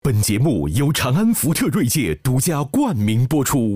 本节目由长安福特锐界独家冠名播出。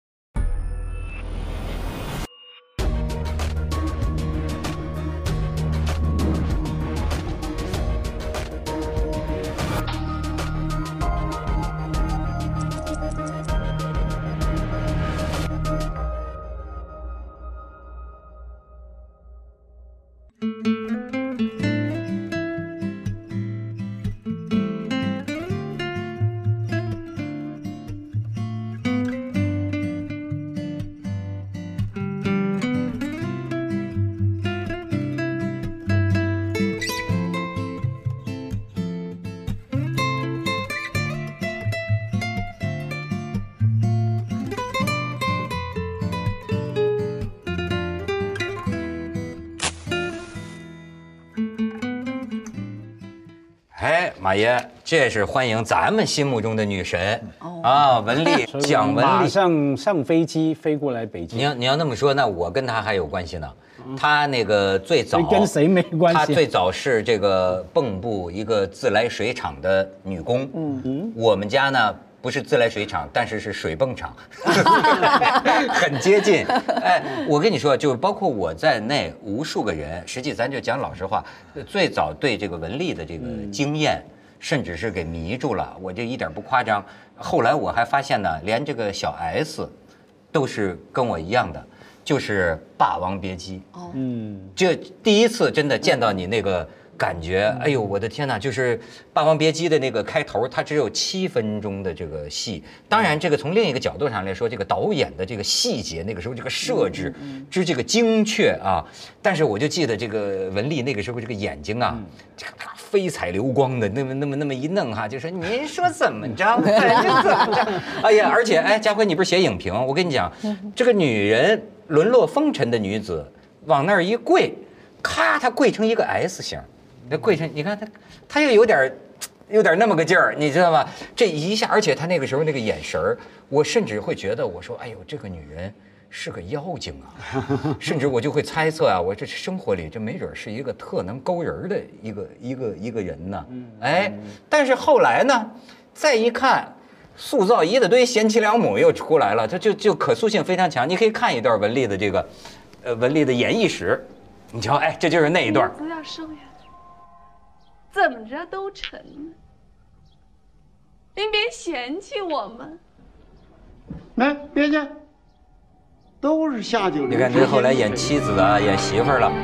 哎，马爷，这是欢迎咱们心目中的女神啊，文丽，蒋文丽， 马上上飞机飞过来北京。 你要那么说，那我跟她还有关系呢。她那个最早跟谁没关系？ 她最早是这个蚌埠一个自来水厂的女工。我们家呢不是自来水厂，但是是水泵厂，很接近。哎，我跟你说，就包括我在内，无数个人，实际咱就讲老实话，最早对这个文丽的这个经验，甚至是给迷住了，我这一点不夸张。后来我还发现呢，连这个小 S 都是跟我一样的，就是《霸王别姬》。这第一次真的见到你那个感觉，哎呦，我的天哪！就是《霸王别姬》的那个开头，它只有7分钟的这个戏。当然，这个从另一个角度上来说，这个导演的这个细节，那个时候这个设置之这个精确啊。但是我就记得这个文丽那个时候这个眼睛啊，这个飞彩流光的，那么一弄哈，就说您说怎么着，就怎么着。哎呀，而且哎，家辉，你不是写影评？我跟你讲，这个女人沦落风尘的女子，往那儿一跪，咔，她跪成一个 S 型。那跪成，你看他又有点那么个劲儿，你知道吗？这一下，而且他那个时候那个眼神儿，我甚至会觉得，我说，哎呦，这个女人是个妖精啊！甚至我就会猜测啊，我这生活里这没准是一个特能勾人的一个人呢。哎，但是后来呢，再一看，塑造一大堆贤妻良母又出来了，它就可塑性非常强。你可以看一段文丽的这个，文丽的演绎史，你瞧，哎，这就是那一段。 都要收呀。怎么着都成呢，您别嫌弃我们。 来，别介，都是下九流。 你看这后来演妻子啊，演媳妇儿了。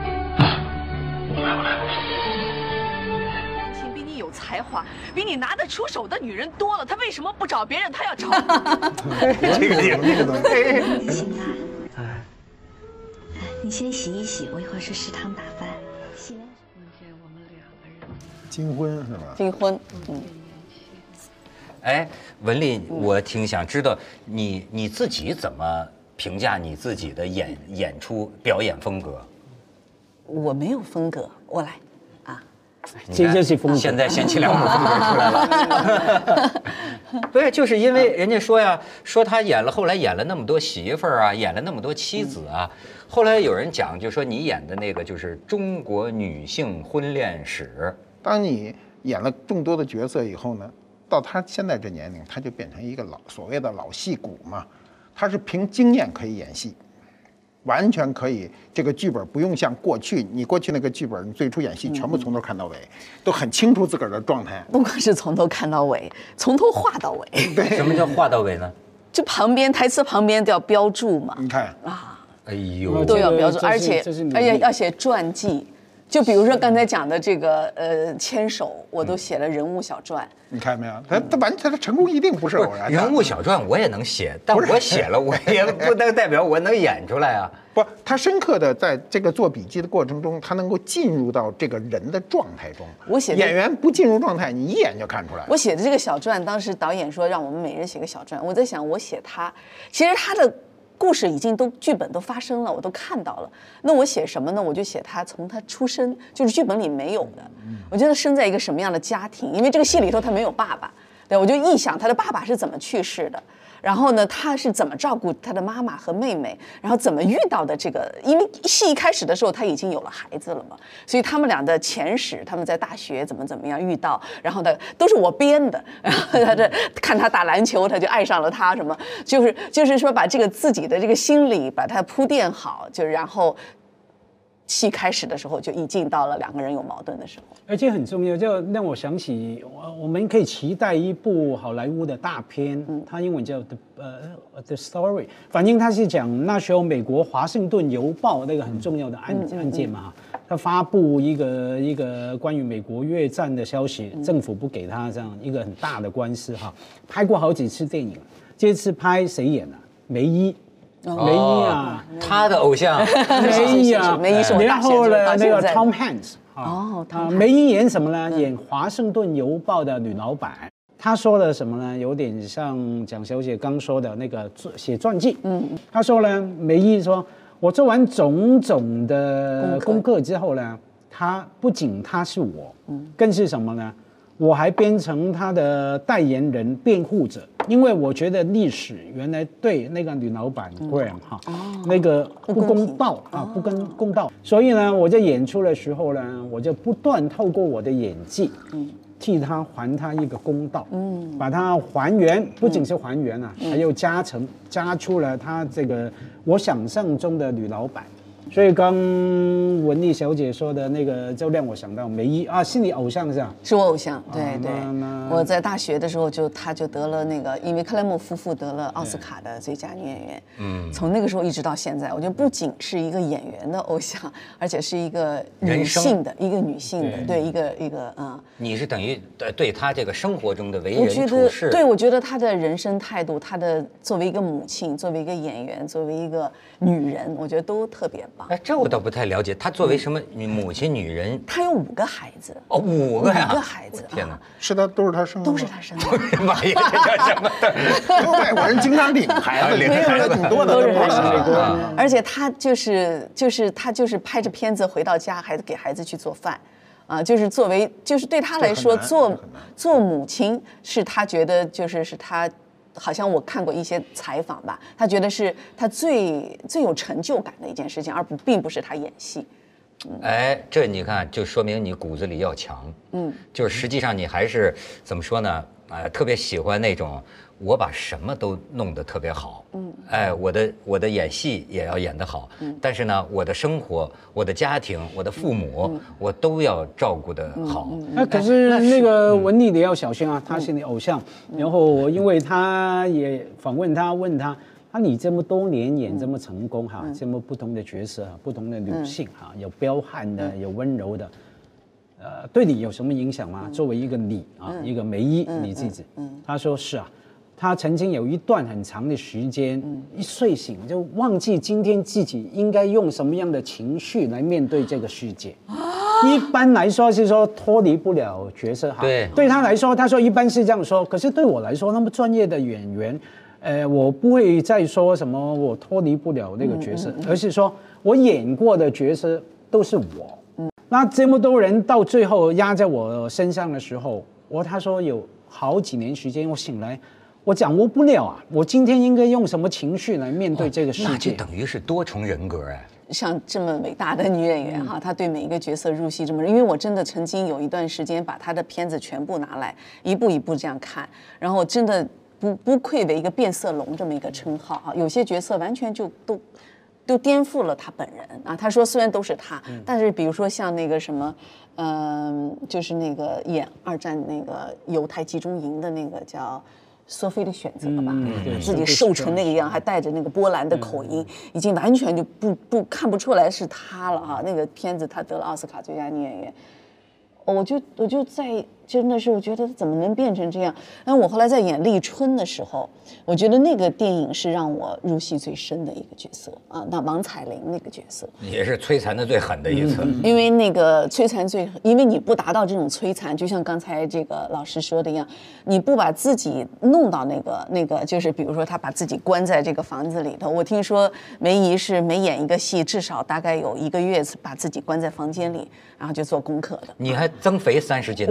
感情比你有才华、比你拿得出手的女人多了，她为什么不找别人？她要找这个影，这个东西。 行啊，你先洗一洗，我一会儿去食堂打饭。洗完。 金婚是吧？ 金婚， 哎，文丽，我挺想知道你自己怎么评价你自己的演出表演风格？ 我没有风格，我来啊， 这就是风格。 现在贤妻良母风格出来了。对，就是因为人家说呀，说他后来演了那么多媳妇儿啊，演了那么多妻子啊。后来有人讲，就说你演的那个就是中国女性婚恋史。 当你演了众多的角色以后呢，到他现在这年龄，他就变成一个所谓的老戏骨嘛。他是凭经验可以演戏，完全可以。这个剧本不用像过去，你过去那个剧本，你最初演戏全部从头看到尾，都很清楚自个儿的状态。 不光是从头看到尾，从头画到尾。 对， 什么叫画到尾呢？ 就台词旁边都要标注嘛。 你看啊， 哎呦， 都要标注，而且要写传记。就比如说刚才讲的这个牵手，我都写了人物小传。 你看没有？他完全的成功一定不是偶然。 人物小传我也能写，但我写了我也不能代表我能演出来啊。 不，他深刻的在这个做笔记的过程中，他能够进入到这个人的状态中。 我写演员不进入状态，你一眼就看出来。 我写的这个小传，当时导演说让我们每人写个小传，我在想我写他，其实他的故事已经剧本都发生了，我都看到了。那我写什么呢？我就写他从他出生，就是剧本里没有的。我觉得生在一个什么样的家庭，因为这个戏里头他没有爸爸， 对，我就臆想他的爸爸是怎么去世的。然后呢，他是怎么照顾他的妈妈和妹妹，然后怎么遇到的这个？因为戏一开始的时候他已经有了孩子了嘛，所以他们俩的前史，他们在大学怎么样遇到，然后呢都是我编的。然后他这看他打篮球，他就爱上了他，什么就是说把这个自己的这个心理把它铺垫好，就是然后。戏开始的时候就已经到了两个人有矛盾的时候， 而且很重要，就让我想起我们可以期待一部好莱坞的大片，它英文叫The Story， 反正它是讲那时候美国华盛顿邮报那个很重要的案件嘛，它发布一个关于美国越战的消息，政府不给他这样一个很大的官司哈，拍过好几次电影，这次拍谁演啊？梅姨。梅姨啊， 他的偶像梅姨啊， 梅姨是我大学然后呢，那个在 Tom Hanks 梅姨演什么呢？演华盛顿邮报的女老板。她说了什么呢？有点像蒋小姐刚说的那个写传记。她说呢，梅姨说，我做完种种的功课之后呢，她不仅她是我，更是什么呢？我还变成他的代言人、辩护者，因为我觉得历史原来对那个女老板 Graham 那个不公道不公道，所以呢，我在演出的时候呢，我就不断透过我的演技，替他还他一个公道，把它还原，不仅是还原啊，还有加出了他这个我想象中的女老板。所以刚文丽小姐说的那个，就让我想到梅姨啊，是你偶像是吧？ 是我偶像，对。我在大学的时候他就得了那个，因为克莱默夫妇得了奥斯卡的最佳女演员。从那个时候一直到现在，我觉得不仅是一个演员的偶像，而且是一个女性的，一个女性的，对一个你是等于对他这个生活中的为人处事， 对，我觉得他的人生态度，他的作为一个母亲，作为一个演员，作为一个女人，我觉得都特别棒。 哎，这我倒不太了解。她作为什么母亲、女人？ 她有5个孩子。 哦，5个呀！5 个孩子， 天哪！ 是的，都是她生的。 都是她生的。 妈呀，这叫什么的？ 外国人经常领孩子，领孩子挺多的， 都是她生的。 而且她就是拍着片子回到家，还给孩子去做饭。就是作为，就是对她来说，做母亲是她觉得是她。好像我看过一些采访吧，他觉得是他最有成就感的一件事情，并不是他演戏。 哎，这你看，就说明你骨子里要强。就是实际上你还是怎么说呢？特别喜欢那种我把什么都弄得特别好。哎，我的演戏也要演得好。但是呢，我的生活、我的家庭、我的父母，我都要照顾得好。 那可是那个文丽你要小心啊，他是你偶像。然后因为他也访问他，问他。你这么多年演这么成功哈，这么不同的角色，不同的女性哈，有彪悍的，有温柔的，对你有什么影响吗？作为一个你啊，一个梅姨你自己，他说是啊，他曾经有一段很长的时间，一睡醒就忘记今天自己应该用什么样的情绪来面对这个世界。一般来说是说脱离不了角色哈，对他来说，他说一般是这样说，可是对我来说，那么专业的演员。我不会再说什么我脱离不了那个角色，而是说我演过的角色都是我。那这么多人到最后压在我身上的时候，他说有好几年时间，我醒来，我掌握不了啊，我今天应该用什么情绪来面对这个世界？ 那就等于是多重人格哎。 像这么伟大的女演员哈，她对每一个角色入戏这么，因为我真的曾经有一段时间把她的片子全部拿来一步一步这样看，然后真的。不愧为一个变色龙这么一个称号啊！有些角色完全就都颠覆了他本人啊。他说虽然都是他，但是比如说像那个什么，就是那个演2战那个犹太集中营的那个叫索菲的选择吧，自己瘦成那个样，还带着那个波兰的口音，已经完全就看不出来是他了哈。那个片子他得了奥斯卡最佳女演员，我就在。真的是，我觉得怎么能变成这样？然后我后来在演立春的时候，我觉得那个电影是让我入戏最深的一个角色啊。那王彩玲那个角色也是摧残的最狠的一次， 因为那个摧残因为你不达到这种摧残，就像刚才这个老师说的一样，你不把自己弄到那个，就是比如说他把自己关在这个房子里头。我听说梅姨是每演一个戏，至少大概有1个月把自己关在房间里，然后就做功课的。 你还增肥30斤？ 我那个。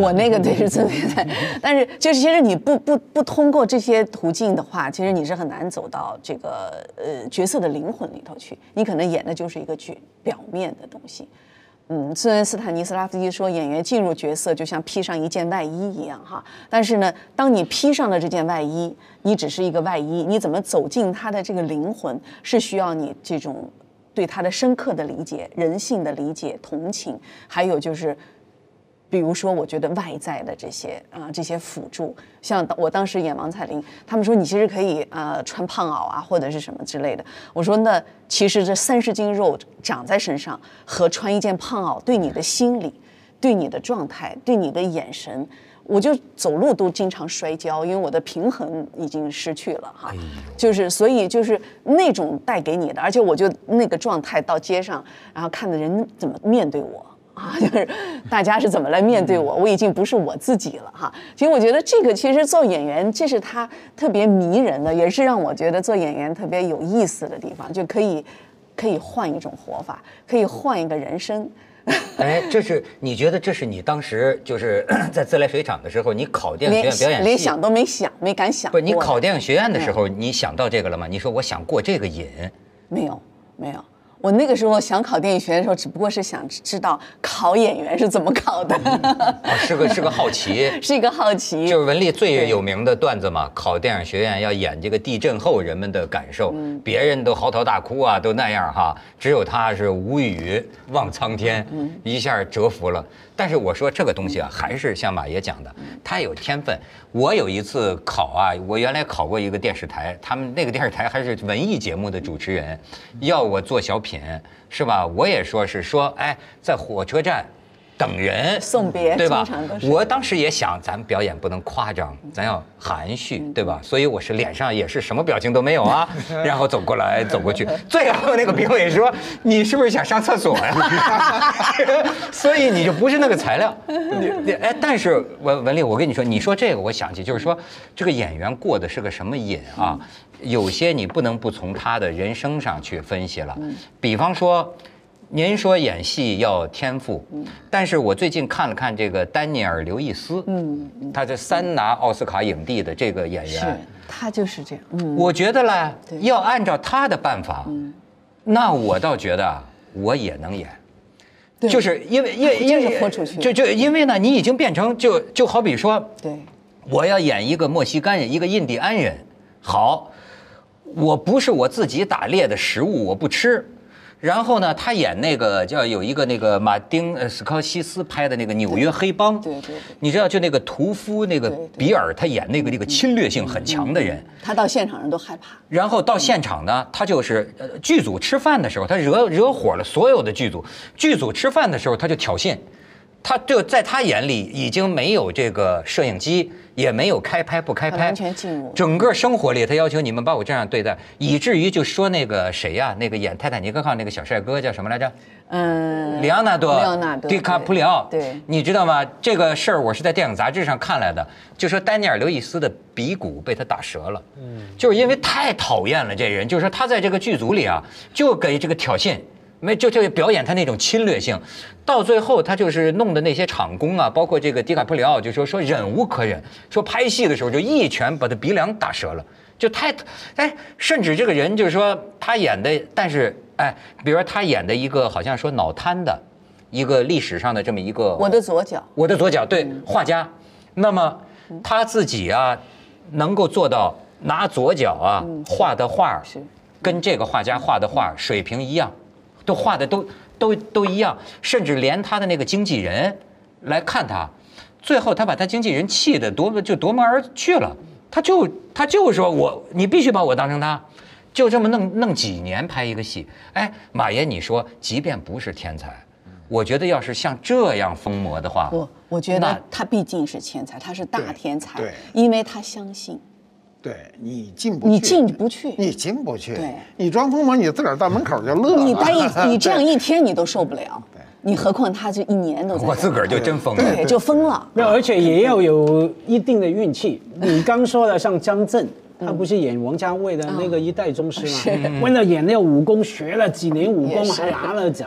对，是自恋的。但是就是其实你不通过这些途径的话，其实你是很难走到这个角色的灵魂里头去。你可能演的就是一个表面的东西。虽然斯坦尼斯拉夫斯基说演员进入角色就像披上一件外衣一样哈，但是呢，当你披上了这件外衣，你只是一个外衣，你怎么走进他的这个灵魂，是需要你这种对他的深刻的理解、人性的理解、同情，还有就是。比如说，我觉得外在的这些辅助，像我当时演王彩玲，他们说你其实可以穿胖袄啊，或者是什么之类的。我说那其实这30斤肉长在身上和穿一件胖袄，对你的心理、对你的状态、对你的眼神，我就走路都经常摔跤，因为我的平衡已经失去了哈。就是所以就是那种带给你的，而且我就那个状态到街上，然后看的人怎么面对我。就是大家是怎么来面对我，我已经不是我自己了哈。其实我觉得这个其实做演员，这是他特别迷人的，也是让我觉得做演员特别有意思的地方，就可以换一种活法，可以换一个人生。 哎，你觉得这是你当时就是在自来水厂的时候，你考电影学院表演系， 连想都没敢想。 不是你考电影学院的时候，你想到这个了吗？你说我想过这个瘾？ 没有。我那个时候想考电影学院的时候，只不过是想知道考演员是怎么考的， 是个好奇， 是一个好奇。 就是文丽最有名的段子嘛，考电影学院要演这个地震后人们的感受，别人都嚎啕大哭啊，都那样哈，只有他是无语望苍天，一下折服了。但是我说这个东西啊，还是像马爷讲的，他有天分。我有一次考啊，我原来考过一个电视台，他们那个电视台还是文艺节目的主持人，要我做小品，是吧？我也说，哎，在火车站等人送别， 对吧？我当时也想，咱表演不能夸张，咱要含蓄，对吧？所以我是脸上也是什么表情都没有啊，然后走过来走过去，最后那个评委说：“你是不是想上厕所呀？”所以你就不是那个材料。哎，但是文丽，我跟你说，你说这个，我想起就是说，这个演员过的是个什么瘾啊？有些你不能不从他的人生上去分析了，比方说。您说演戏要天赋，但是我最近看了看这个丹尼尔·刘易斯，他这3拿奥斯卡影帝的这个演员， 是他就是这样。我觉得呢，要按照他的办法，那我倒觉得我也能演，就是因为豁出去， 就因为呢，你已经变成就好比说， 对， 我要演一个墨西哥人，一个印第安人，好，我不是我自己打猎的食物，我不吃。然后呢，他演那个有一个那个马丁斯科西斯拍的那个《纽约黑帮》， 对， 你知道就那个屠夫那个比尔，他演那个侵略性很强的人， 他到现场人都害怕。 然后到现场呢，他就是剧组吃饭的时候，他惹火了所有的剧组。剧组吃饭的时候，他就挑衅，他就在他眼里已经没有这个摄影机。也没有开拍不开拍， 完全进入整个生活里，他要求你们把我这样对待，以至于就说那个谁呀，那个演泰坦尼克号那个小帅哥叫什么来着？里昂纳多·迪卡普里奥。 对， 你知道吗？这个事儿我是在电影杂志上看来的，就说丹尼尔·刘易斯的鼻骨被他打折了，就是因为太讨厌了这人，就是说他在这个剧组里啊，就给这个挑衅。就表演他那种侵略性，到最后他就是弄的那些场工啊，包括这个迪卡普里奥就说忍无可忍，说拍戏的时候就一拳把他鼻梁打折了，就甚至这个人就是说他演的，但是比如说他演的一个好像说脑瘫的一个历史上的这么一个我的左脚对画家，那么他自己啊能够做到拿左脚啊画的画跟这个画家画的画水平一样。都画的都一样，甚至连他的那个经纪人来看他，最后他把他经纪人气得夺门而去了。他就说你必须把我当成他，就这么弄几年拍一个戏。哎，马爷，你说即便不是天才，我觉得要是像这样疯魔的话， 我觉得他毕竟是天才，他是大天才，因为他相信。 对你进不去， 对， 你装疯魔，你自个儿到门口就乐了。 你这样一天你都受不了，你何况他这1年都在。 我自个儿就真疯了， 对，就疯了。 没有，而且也要有一定的运气。你刚说的像张震，他不是演王家卫的那个一代宗师吗？为了演那个武功，学了几年武功，还拿了奖。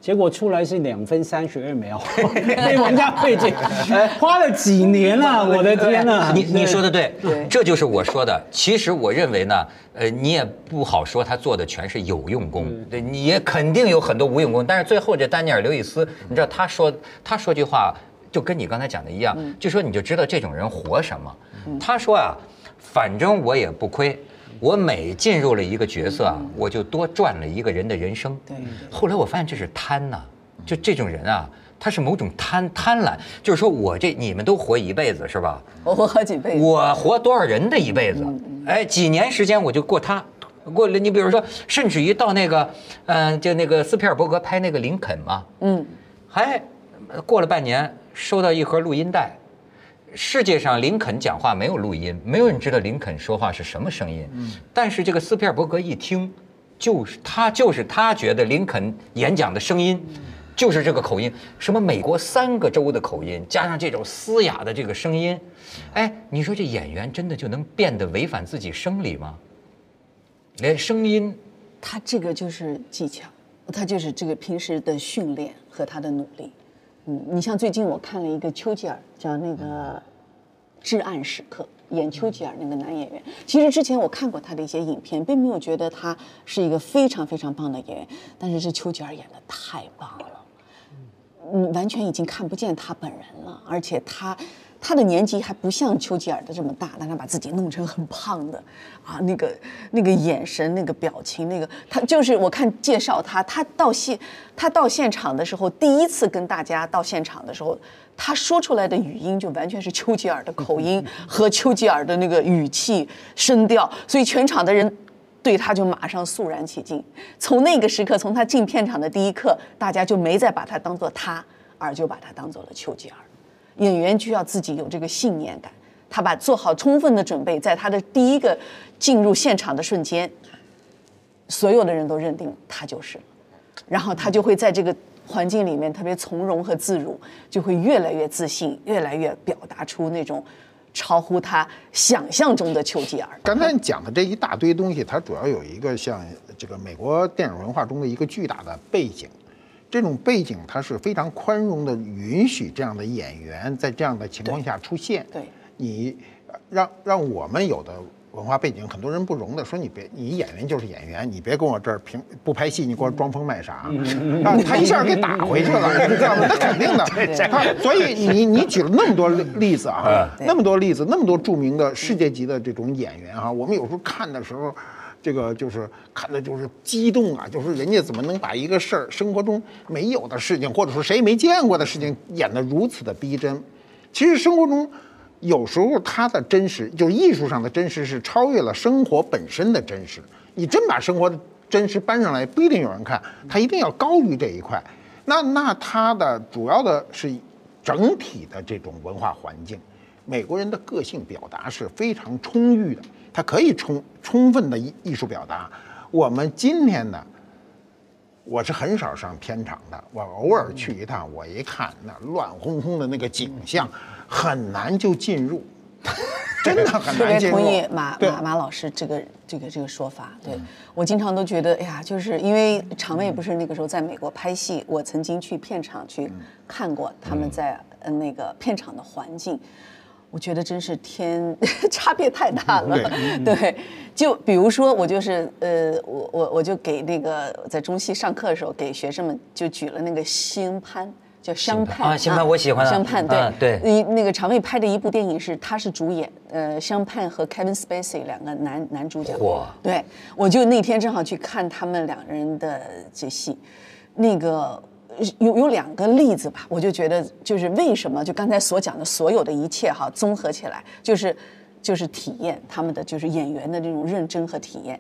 结果出来是2分32秒，被王家卫姐花了几年啊！我的天哪！ 你说的对，这就是我说的。其实我认为呢，你也不好说他做的全是有用功，对，你也肯定有很多无用功。但是最后这丹尼尔·刘易斯，你知道他说句话就跟你刚才讲的一样，就说你就知道这种人活什么。他说啊，反正我也不亏。我每进入了一个角色啊，我就多赚了一个人的人生。对。后来我发现这是贪呐，就这种人啊，他是某种贪婪，就是说你们都活一辈子是吧？ 我活好几辈子。 我活多少人的一辈子？哎，几年时间我就过了。你比如说，甚至于到那个，就那个斯皮尔伯格拍那个林肯嘛，还过了半年收到一盒录音带。世界上林肯讲话没有录音，没有人知道林肯说话是什么声音。但是这个斯皮尔伯格一听，就是他觉得林肯演讲的声音，就是这个口音，什么美国3个州的口音，加上这种嘶哑的这个声音，哎，你说这演员真的就能变得违反自己生理吗？连声音， 他这个就是技巧，他就是这个平时的训练和他的努力。你像最近我看了一个丘吉尔，叫那个《至暗时刻》，演丘吉尔那个男演员。其实之前我看过他的一些影片，并没有觉得他是一个非常非常棒的演员，但是这丘吉尔演得太棒了，完全已经看不见他本人了，而且他的年纪还不像丘吉尔的这么大，但他把自己弄成很胖的，啊，那个眼神，那个表情，他就是我看介绍他到现场的时候，第一次跟大家到现场的时候，他说出来的语音就完全是丘吉尔的口音和丘吉尔的那个语气声调，所以全场的人对他就马上肃然起敬。从那个时刻，从他进片场的第一刻，大家就没再把他当作他，而就把他当作了丘吉尔。演员就要自己有这个信念感，他做好充分的准备，在他的第一个进入现场的瞬间，所有的人都认定他就是了，然后他就会在这个环境里面特别从容和自如，就会越来越自信，越来越表达出那种超乎他想象中的丘吉尔。 刚才讲的这一大堆东西，它主要有一个像这个美国电影文化中的一个巨大的背景。这种背景它是非常宽容的，允许这样的演员在这样的情况下出现。 对， 你让我们有的文化背景，很多人不容的说你演员就是演员，你别跟我这儿不拍戏，你给我装疯卖傻啊！他一下给打回去了，你知道吗？那肯定的。所以你举了那么多例子啊，那么多例子，那么多著名的世界级的这种演员啊，我们有时候看的时候。这个就是看的就是激动啊，就是人家怎么能把一个事儿，生活中没有的事情，或者说谁没见过的事情，演得如此的逼真。其实生活中有时候它的真实，就是艺术上的真实，是超越了生活本身的真实。你真把生活的真实搬上来，不一定有人看，它一定要高于这一块。那它的主要的是整体的这种文化环境，美国人的个性表达是非常充裕的。它可以充分的艺术表达。我们今天呢，我是很少上片场的，我偶尔去一趟，我一看那乱哄哄的那个景象，很难就进入，真的很难进入。 特别同意马老师这个说法。对，我经常都觉得，哎呀，就是因为场妹不是那个时候在美国拍戏，我曾经去片场去看过他们在那个片场的环境。我觉得真是差别太大了，对，就比如说我就是我就给那个在中戏上课的时候，给学生们就举了那个新潘，叫香盼啊，香盼我喜欢香盼，对对， 那个常卫拍的一部电影他是主演，香盼和 Kevin Spacey 两个男主角，对，我就那天正好去看他们两人的这戏，那个。有2个例子吧，我就觉得就是为什么就刚才所讲的所有的一切哈，综合起来就是体验他们的就是演员的这种认真和体验，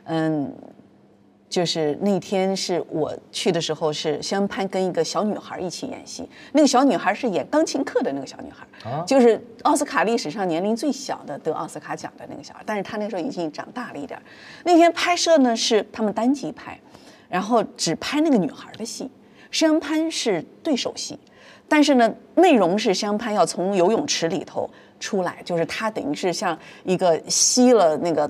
就是那天是我去的时候是香潘跟一个小女孩一起演戏，那个小女孩是演钢琴课的那个小女孩，就是奥斯卡历史上年龄最小的得奥斯卡奖的那个小孩，但是她那时候已经长大了一点。那天拍摄呢是他们单机拍，然后只拍那个女孩的戏。香潘是对手戏，但是呢，内容是香潘要从游泳池里头出来，就是他等于是像一个吸了那个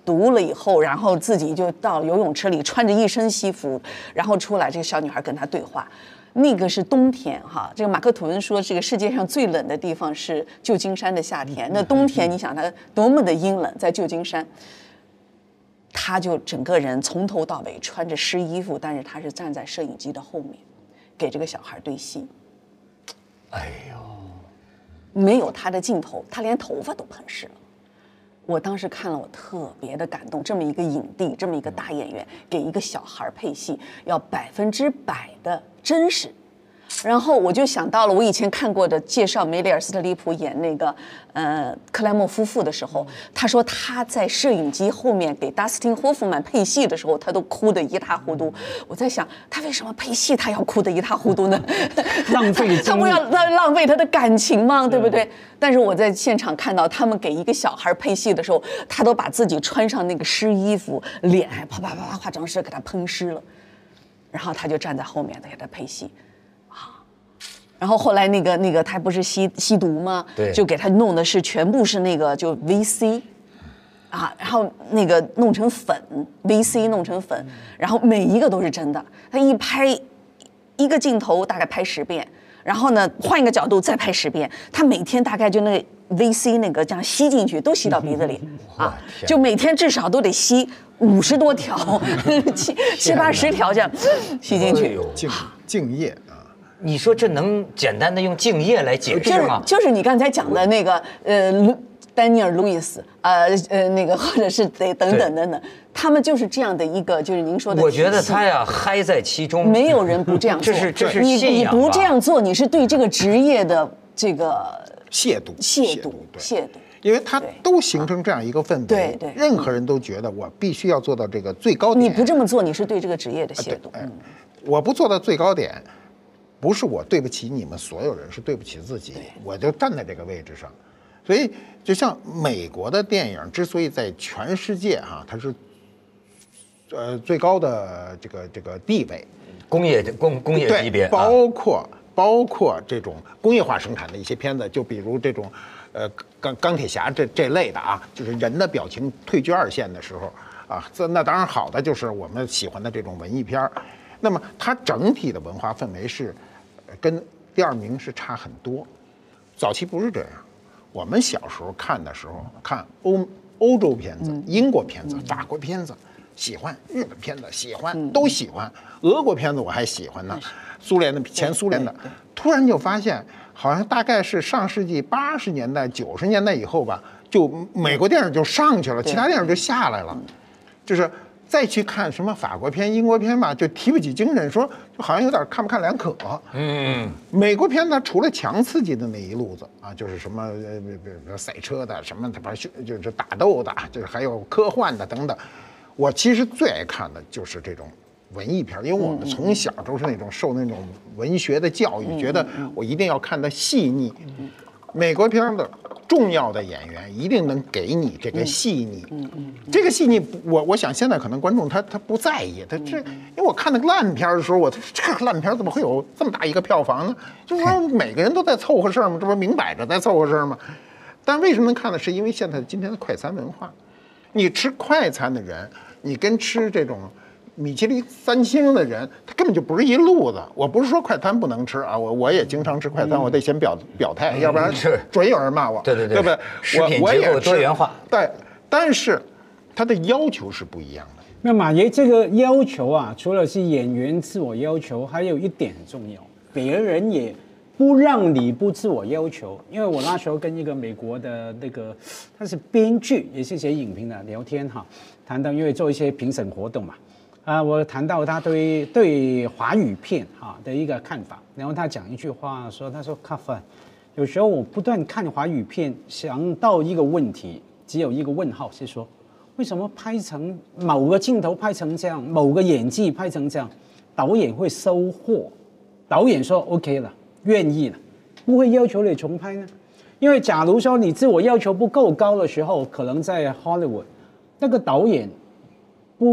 毒了以后，然后自己就到游泳池里穿着一身西服，然后出来，这个小女孩跟他对话。那个是冬天哈，这个马克吐温说，这个世界上最冷的地方是旧金山的夏天。那冬天，你想它多么的阴冷，在旧金山，他就整个人从头到尾穿着湿衣服，但是他是站在摄影机的后面，给这个小孩对戏。 哎呦， 没有他的镜头，他连头发都喷湿了。我当时看了，我特别的感动。这么一个影帝，这么一个大演员，给一个小孩配戏，要100%的真实。然后我就想到了我以前看过的介绍梅丽尔·斯特里普演那个克莱默夫妇的时候，他说他在摄影机后面给达斯汀·霍夫曼配戏的时候，他都哭得一塌糊涂。我在想，他为什么配戏他要哭得一塌糊涂呢？ 浪费他不要浪费他的感情吗？对不对？但是我在现场看到他们给一个小孩配戏的时候，他都把自己穿上那个湿衣服，脸还啪啪啪啪化妆师给他喷湿了，然后他就站在后面给他配戏。然后后来那个他不是吸毒吗？ 对， 就给他弄的是全部是那个就 VC，然后那个弄成粉 ，VC 弄成粉，然后每一个都是真的。他一拍一个镜头大概拍10遍，然后呢换一个角度再拍10遍。他每天大概就那个 VC 那个这样吸进去，都吸到鼻子里就每天至少都得吸50多条，70-80条这样吸进去。 敬业。 你说这能简单的用敬业来解释吗？ 就是你刚才讲的那个丹尼尔·路易斯那个或者是等等，他们就是这样的一个，就是您说的。 我觉得他呀嗨在其中， 没有人不这样做。 这是信仰。 你不这样做，你是对这个职业的这个亵渎。因为它都形成这样一个氛围，对，任何人都觉得我必须要做到这个最高点。 你不这么做，你是对这个职业的亵渎。 我不做到最高点。不是我对不起你们所有人，是对不起自己。我就站在这个位置上，所以就像美国的电影之所以在全世界它是最高的这个地位， 工业级别， 包括这种工业化生产的一些片子，就比如这种钢铁侠这类的就是人的表情退居2线的时候那当然好的就是我们喜欢的这种文艺片。那么它整体的文化氛围是跟第2名是差很多。早期不是这样，我们小时候看的时候看欧洲片子、英国片子、法国片子喜欢，日本片子喜欢，都喜欢。俄国片子我还喜欢呢，前苏联的。突然就发现，好像大概是上世纪80年代、90年代以后吧，就美国电影就上去了，其他电影就下来了，就是。再去看什么法国片、英国片吧，就提不起精神，说就好像有点看不看两可。美国片呢，除了强刺激的那一路子就是什么赛车的，什么就是打斗的，就是还有科幻的等等。我其实最爱看的就是这种文艺片，因为我们从小都是那种受那种文学的教育，觉得我一定要看得细腻。美国片的重要的演员一定能给你这个细腻，这个细腻，我想现在可能观众他不在意，因为我看那个烂片的时候，这个烂片怎么会有这么大一个票房呢？就是说每个人都在凑合事儿嘛，这不明摆着在凑合事儿吗？但为什么能看呢？是因为现在今天的快餐文化，你吃快餐的人，你跟吃这种米其林3星的人，他根本就不是一路子。我不是说快餐不能吃我也经常吃快餐，我得先表态，要不然准有人骂我。 对， 对不对？ 食品结构多元化。 对，但是他的要求是不一样的。 那马爷这个要求除了是演员自我要求，还有一点很重要，别人也不让你不自我要求。因为我那时候跟一个美国的那个他是编剧，也是写影评的聊天谈到因为做一些评审活动嘛。我谈到他对华语片的一个看法，然后他讲一句话他说卡夫，有时候我不断看华语片，想到一个问题，只有一个问号，是说为什么拍成某个镜头拍成这样，某个演技拍成这样，导演会收货，导演说 OK 了，愿意了，不会要求你重拍呢？因为假如说你自我要求不够高的时候，可能在 Hollywood 那个导演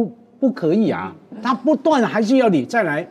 不可以啊，他不断还是要你再来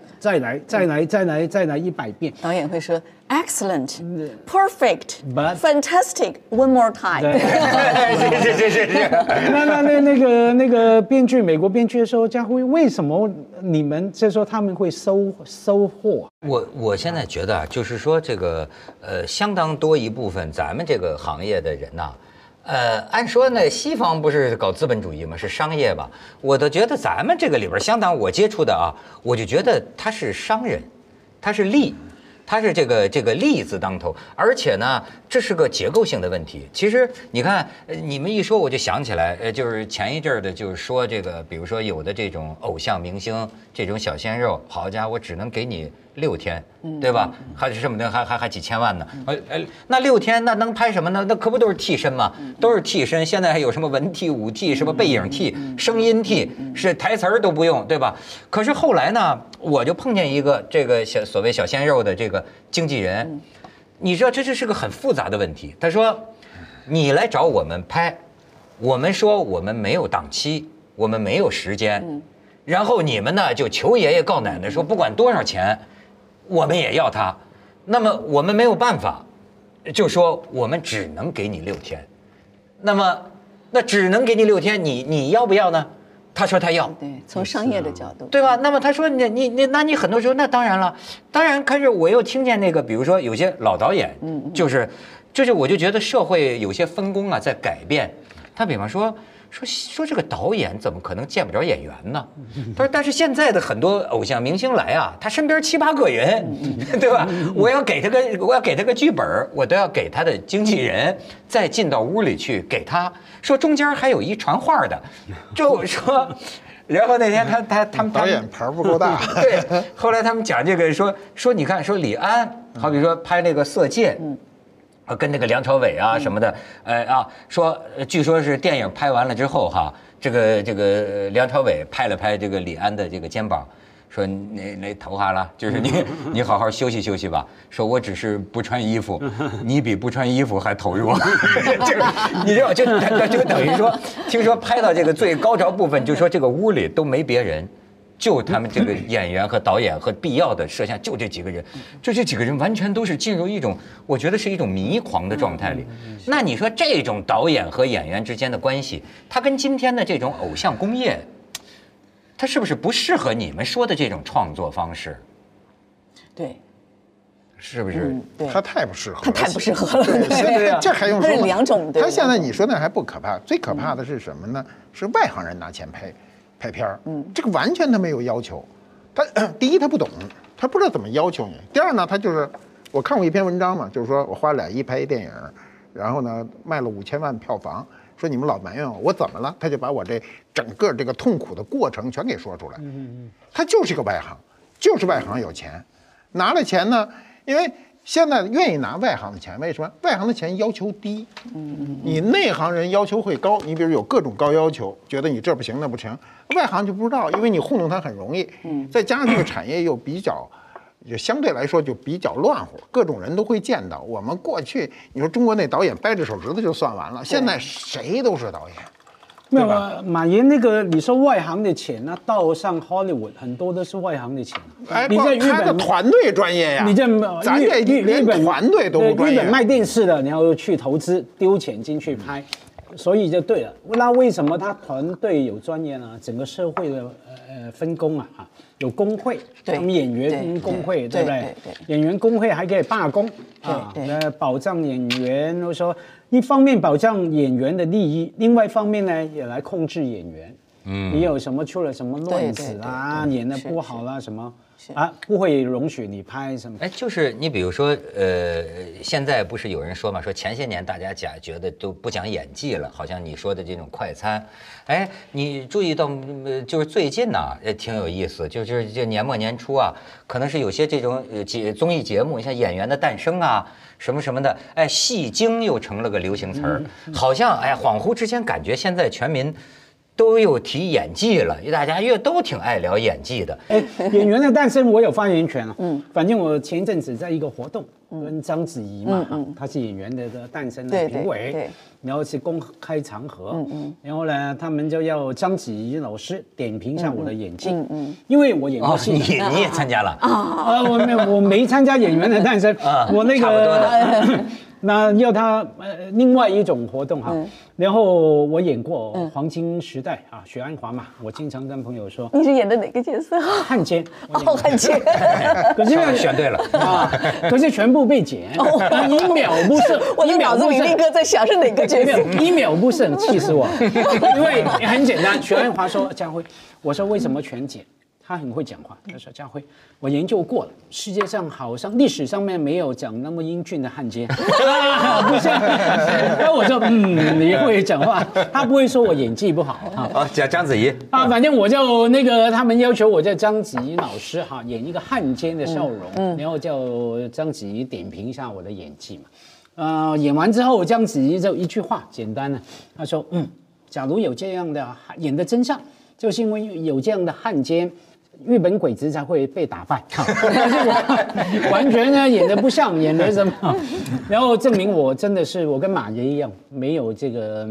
100遍。 导演会说 excellent, perfect, But- fantastic, one more time。 是。 那个编剧，美国编剧说，家辉，为什么你们就说他们会收获？ 我现在觉得啊，就是说这个相当多一部分咱们这个行业的人呐、按说呢，西方不是搞资本主义吗？是商业吧？我都觉得咱们这个里边相当我接触的啊，我就觉得他是商人，他是利。它是这个利字当头，而且呢，这是个结构性的问题。其实你看，你们一说我就想起来，就是前一阵儿的，就是说这个，比如说有的这种偶像明星，这种小鲜肉，好家伙，只能给你6天，对吧？还是什么的，还几千万呢？那6天那能拍什么呢？那可不都是替身吗？都是替身。现在还有什么文替、武替、什么背影替、声音替，是台词儿都不用，对吧？可是后来呢，我就碰见一个这个所谓小鲜肉的这个经纪人，你知道这是个很复杂的问题。他说，你来找我们拍，我们说我们没有档期，我们没有时间，然后你们呢就求爷爷告奶奶说不管多少钱，我们也要他。那么我们没有办法，就说我们只能给你6天。那只能给你6天，你要不要呢？他说他要。 对，从商业的角度， 对吧？那么他说你很多时候那当然了，当然，可是我又听见那个，比如说有些老导演，就是我就觉得社会有些分工啊在改变。他比方说这个导演怎么可能见不着演员呢？他说，但是现在的很多偶像明星来啊，他身边7、8个人，对吧？我要给他个剧本，我都要给他的经纪人再进到屋里去给他说，中间还有一传话的，就说。然后那天他们导演牌不够大。 对，后来他们讲这个说你看，说李安，好比说拍那个《色戒》，跟那个梁朝伟啊什么的，说据说是电影拍完了之后哈，这个梁朝伟拍了拍这个李安的这个肩膀，说那头哈了，就是你好好休息休息吧。说我只是不穿衣服，你比不穿衣服还投入。就是你知道，就等于说，听说拍到这个最高潮部分，就说这个屋里都没别人。就他们这个演员和导演和必要的摄像，就这几个人，就这几个人完全都是进入一种，我觉得是一种迷狂的状态里。那你说这种导演和演员之间的关系，它跟今天的这种偶像工业，它是不是不适合你们说的这种创作方式？ 对， 是不是？ 对， 他太不适合了， 他太不适合了。 对，这还用说吗？ 它是2种。 他现在你说那还不可怕，最可怕的是什么呢？是外行人拿钱拍片儿，这个完全他没有要求。他第一他不懂，他不知道怎么要求你。第二呢，他就是我看过一篇文章嘛，就是说我花2亿拍一电影，然后呢卖了5000万票房，说你们老埋怨我怎么了？他就把我这整个这个痛苦的过程全给说出来。他就是个外行，就是外行有钱，拿了钱呢，因为现在愿意拿外行的钱，为什么？外行的钱要求低，你内行人要求会高。你比如有各种高要求，觉得你这不行那不行，外行就不知道，因为你糊弄他很容易。再加上这个产业又比较，就相对来说就比较乱乎，各种人都会见到。我们过去你说中国那导演掰着手指头就算完了，现在谁都是导演。 没有啊，马爷那个你说外行的钱，那到上 Hollywood 很多都是外行的钱。你在日他的团队专业呀， 你在咱这连团队都不专业。 日本卖电视的，你要去投资丢钱进去拍，所以就对了。那为什么他团队有专业呢？整个社会的分工啊，有工会，他们演员工会，对不对？演员工会还可以罢工啊，保障演员，或者说。一方面保障演员的利益，另外一方面呢，也来控制演员。你有什么出了什么乱子啊，演得不好啦，什么啊，不会容许你拍什么。 就是你比如说，现在不是有人说嘛，说前些年大家觉得都不讲演技了，好像你说的这种快餐。你注意到，就是最近呢，也挺有意思，就是这年末年初啊，可能是有些这种综艺节目，像《演员的诞生》啊。什么什么的，戏精又成了个流行词儿，好像恍惚之间感觉现在全民都又提演技了，大家都挺爱聊演技的。 哎，演员的诞生我有发言权啊。反正我前一阵子在一个活动跟章子怡嘛，她是演员的诞生的评委，然后是公开场合，然后呢，他们就要章子怡老师点评一下我的演技，因为我演过戏， 你也参加了啊？ 我没参加演员的诞生，我那个差不多的。 那要他另外一种活动哈，然后我演过《黄金时代》啊，许鞍华嘛，我经常跟朋友说， 你是演的哪个角色？ 汉奸。 哦，汉奸。 可是选对了啊，可是全部被剪，一秒不剩。 我的脑子里立刻在想是哪个角色， 一秒不剩，气死我！因为很简单，许鞍华说家辉，我说为什么全剪？他很会讲话，他说家辉，我研究过了，世界上好像历史上面没有讲那么英俊的汉奸，不像。然后我说你会讲话，他不会说我演技不好啊。 讲章子怡啊，反正我就那个他们要求我叫章子怡老师哈演一个汉奸的笑容，然后叫章子怡点评一下我的演技嘛。演完之后，章子怡就一句话简单的，她说假如有这样的演的真相，就是因为有这样的汉奸。日本鬼子才会被打败，但是我完全呢演得不像，演的什么，然后证明我真的是我跟马爷一样，没有这个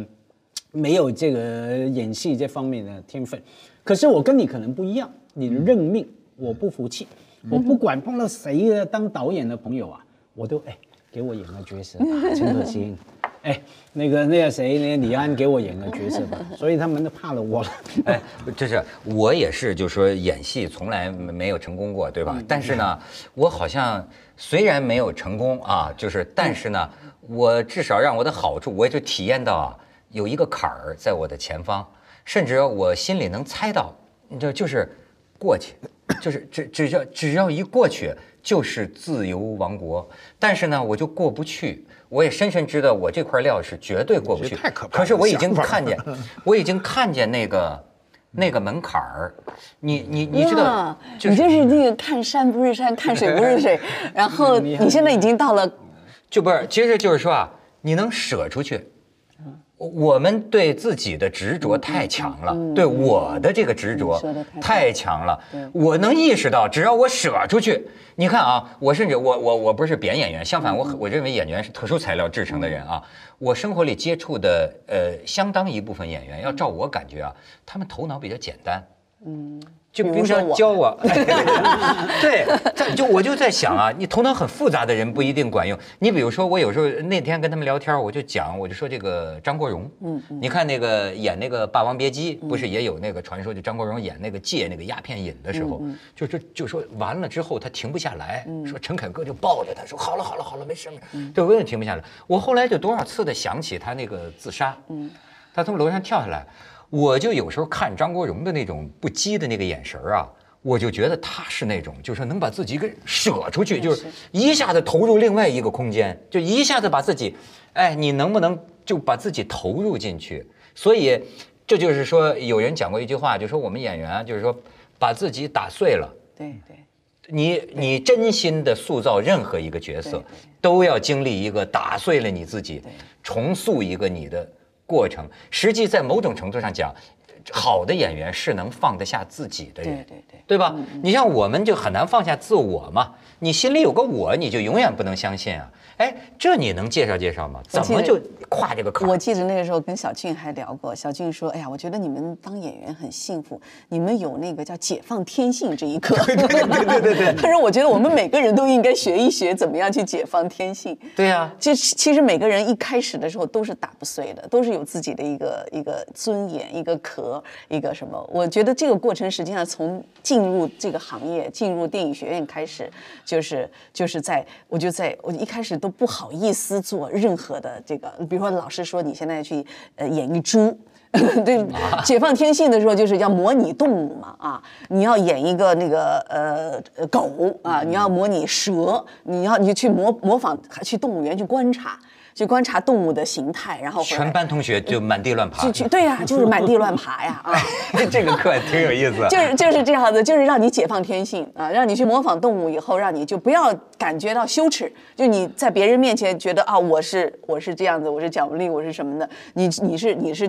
演戏这方面的天分。可是我跟你可能不一样，你的认命，我不服气，我不管碰到谁当导演的朋友啊，我都给我演个角色，陈可辛。那个谁，那个李安给我演个角色吧，所以他们都怕了我了。 就是我也是，就是说演戏从来没有成功过，对吧？但是呢，我好像虽然没有成功啊，但是呢，我至少让我的好处，我就体验到有一个坎儿在我的前方，甚至我心里能猜到，就是过去，就是只要一过去就是自由王国，但是呢，我就过不去。我也深深知道我这块料是绝对过不去， 太可怕了。 可是我已经看见那个门槛儿，你知道， 你就是那个看山不是山，看水不是水，然后你现在已经到了， 其实就是说你能舍出去。我们对自己的执着太强了，对我的这个执着太强了。我能意识到，只要我舍出去，你看我甚至我不是贬演员，相反我认为演员是特殊材料制成的人啊。我生活里接触的相当一部分演员，要照我感觉他们头脑比较简单。就比如说教我，对，我就在想你头脑很复杂的人不一定管用。你比如说，我有时候那天跟他们聊天，我就说这个张国荣，你看那个演那个《霸王别姬》，不是也有那个传说，就张国荣演那个戒那个鸦片瘾的时候，就说完了之后他停不下来，说陈凯歌就抱着他说好了，没事，就永远停不下来。我后来就多少次的想起他那个自杀，他从楼上跳下来。我就有时候看张国荣的那种不羁的那个眼神我就觉得他是那种，就是能把自己给舍出去，就是一下子投入另外一个空间，就一下子把自己，你能不能就把自己投入进去？所以这就是说，有人讲过一句话，就说我们演员就是说把自己打碎了。 对， 你真心的塑造任何一个角色，都要经历一个打碎了你自己，重塑一个你的过程。实际在某种程度上讲，好的演员是能放得下自己的人，对吧？你像我们就很难放下自我嘛，你心里有个我，你就永远不能相信这你能介绍吗？怎么就跨这个坎？ 我记得那个时候跟小俊还聊过，小俊说：“哎呀，我觉得你们当演员很幸福，你们有那个叫解放天性这一课。”对。他说：“我觉得我们每个人都应该学一学怎么样去解放天性。” 对呀， 其实每个人一开始的时候都是打不碎的，都是有自己的一个尊严、一个壳、一个什么。我觉得这个过程实际上从进入这个行业、进入电影学院开始，就是在我一开始都不好意思做任何的这个，比如说老师说你现在去演一猪。对，解放天性的时候就是要模拟动物嘛你要演一个那个狗你要模拟蛇，你去模仿，去动物园去观察动物的形态，然后全班同学就满地乱爬。 对呀，就是满地乱爬呀这个课挺有意思。 就是这样子，就是让你解放天性让你去模仿动物以后，让你就不要感觉到羞耻，就你在别人面前觉得我是这样子，我是蒋雯丽，我是什么的，你是就是这样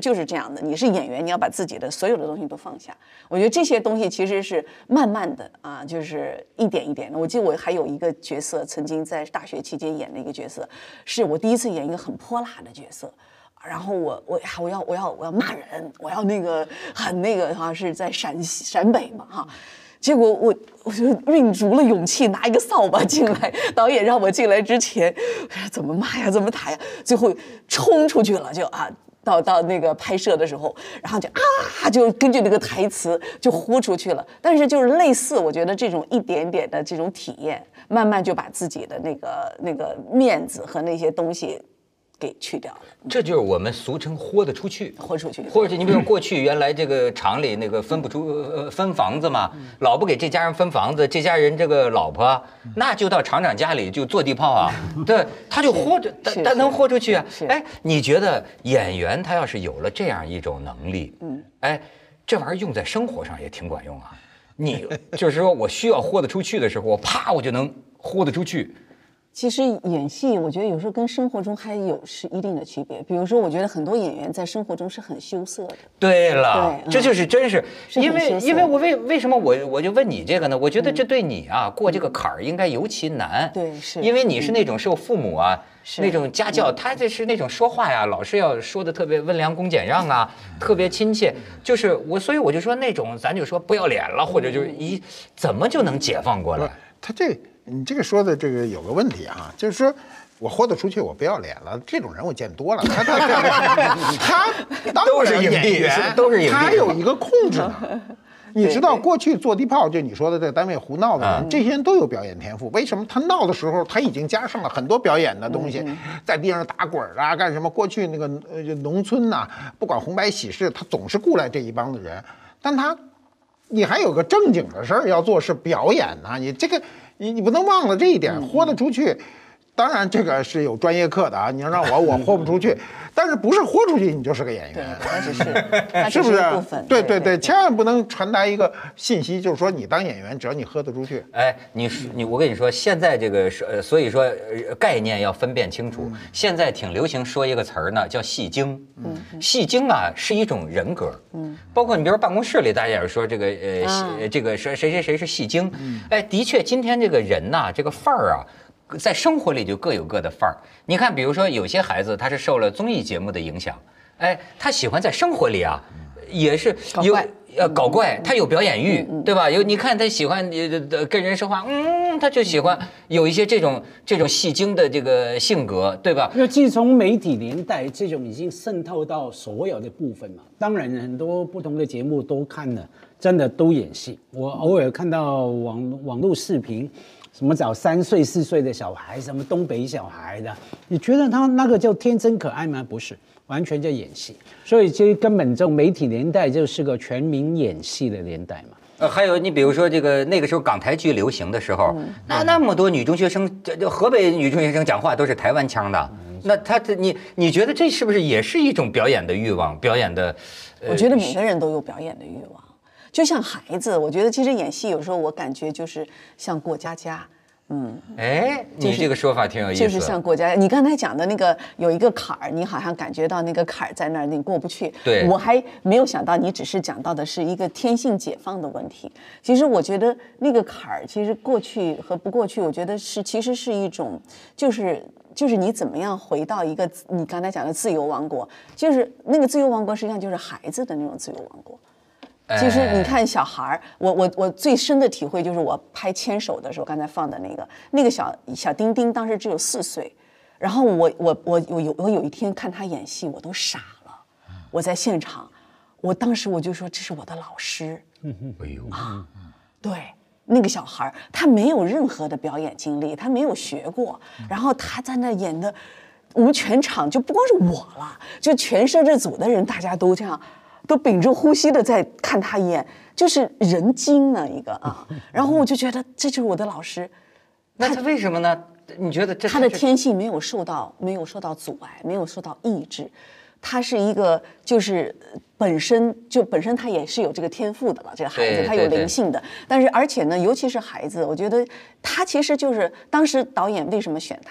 样的，你是演员，你要把自己的所有的东西都放下。我觉得这些东西其实是慢慢的啊，就是一点一点的。我记得我还有一个角色，曾经在大学期间演的一个角色，是我第一次演一个很泼辣的角色。然后我要骂人，我要那个很那个哈，是在陕北嘛哈。结果我就运足了勇气，拿一个扫把进来。导演让我进来之前，我说怎么骂呀，怎么打呀？最后冲出去了，就到那个拍摄的时候，然后就根据那个台词就呼出去了。但是就是类似，我觉得这种一点点的这种体验，慢慢就把自己的那个面子和那些东西给去掉了。 这就是我们俗称豁得出去， 豁出去。 或者你比如过去原来这个厂里那个分房子嘛，老不给这家人分房子，这家人这个老婆那就到厂长家里就坐地炮啊，对，他就豁着，他能豁出去啊。哎，你觉得演员他要是有了这样一种能力，哎，这玩意儿用在生活上也挺管用啊。你就是说我需要豁得出去的时候，我啪我就能豁得出去。 其实演戏，我觉得有时候跟生活中还是一定的区别。比如说，我觉得很多演员在生活中是很羞涩的。 对了， 对， 这就是真是，因为我为什么我就问你这个呢？我觉得这对你啊过这个坎儿应该尤其难。 对，是因为你是那种受父母啊那种家教，他这是那种说话呀，老是要说的特别温良恭俭让啊，特别亲切。就是所以我就说那种咱就说不要脸了，或者就是怎么就能解放过来？ 你这个说的这个有个问题啊，就是说我豁得出去，我不要脸了，这种人我见多了。他都是影帝，都是影帝， 他有一个控制呢。你知道过去坐地炮，就你说的这个单位胡闹的人，这些人都有表演天赋。为什么他闹的时候，他已经加上了很多表演的东西，在地上打滚啊，干什么？过去那个农村呐，不管红白喜事，他总是雇来这一帮的人，但你还有个正经的事儿要做，是表演呐。你这个你不能忘了这一点，豁得出去。当然，这个是有专业课的啊！你要让我豁不出去，但是不是豁出去你就是个演员，是不是？对，千万不能传达一个信息，就是说你当演员，只要你豁得出去。 哎，我跟你说，现在这个所以说概念要分辨清楚。现在挺流行说一个词儿呢，叫戏精。戏精啊是一种人格。包括你比如说办公室里，大家也说这个这个说谁是戏精。哎，的确，今天这个人呐，这个范儿啊。在生活里就各有各的范儿。你看，比如说有些孩子他是受了综艺节目的影响，哎，他喜欢在生活里啊，也是搞怪，他有表演欲，对吧？你看他喜欢跟人说话，他就喜欢有一些这种戏精的这个性格，对吧？ 因为自从媒体年代，这种已经渗透到所有的部分嘛。当然，很多不同的节目都看了，真的都演戏。我偶尔看到网络视频。什么找3岁4岁的小孩，什么东北小孩的，你觉得他那个叫天真可爱吗？不是，完全在演戏。所以其实根本这种媒体年代就是个全民演戏的年代嘛。 还有你比如说这个那个时候港台剧流行的时候，那么多女中学生，河北女中学生讲话都是台湾腔的，那你觉得这是不是也是一种表演的欲望？表演的， 我觉得每个人都有表演的欲望。就像孩子，我觉得其实演戏有时候我感觉就是像过家家， 哎，你这个说法挺有意思， 就是像过家家。你刚才讲的那个有一个坎儿，你好像感觉到那个坎儿在那儿，你过不去。 对， 我还没有想到你只是讲到的是一个天性解放的问题。其实我觉得那个坎儿，其实过去和不过去，我觉得其实是一种，就是你怎么样回到一个你刚才讲的自由王国，就是那个自由王国实际上就是孩子的那种自由王国。其实你看小孩儿，我最深的体会就是我拍牵手的时候，刚才放的那个小丁丁，当时只有4岁，然后我有一天看他演戏，我都傻了。我在现场，当时我就说这是我的老师。 哎呦啊，对，那个小孩儿他没有任何的表演经历，他没有学过，然后他在那演的，我们全场就不光是我了，就全摄制组的人，大家都这样。都屏住呼吸的在看他演，就是人精呢一个啊。然后我就觉得这就是我的老师。 那他为什么呢？你觉得他的天性没有受到阻碍，没有受到抑制。他是一个就是本身他也是有这个天赋的了，这个孩子他有灵性的。但是而且呢，尤其是孩子，我觉得他其实就是当时导演为什么选他。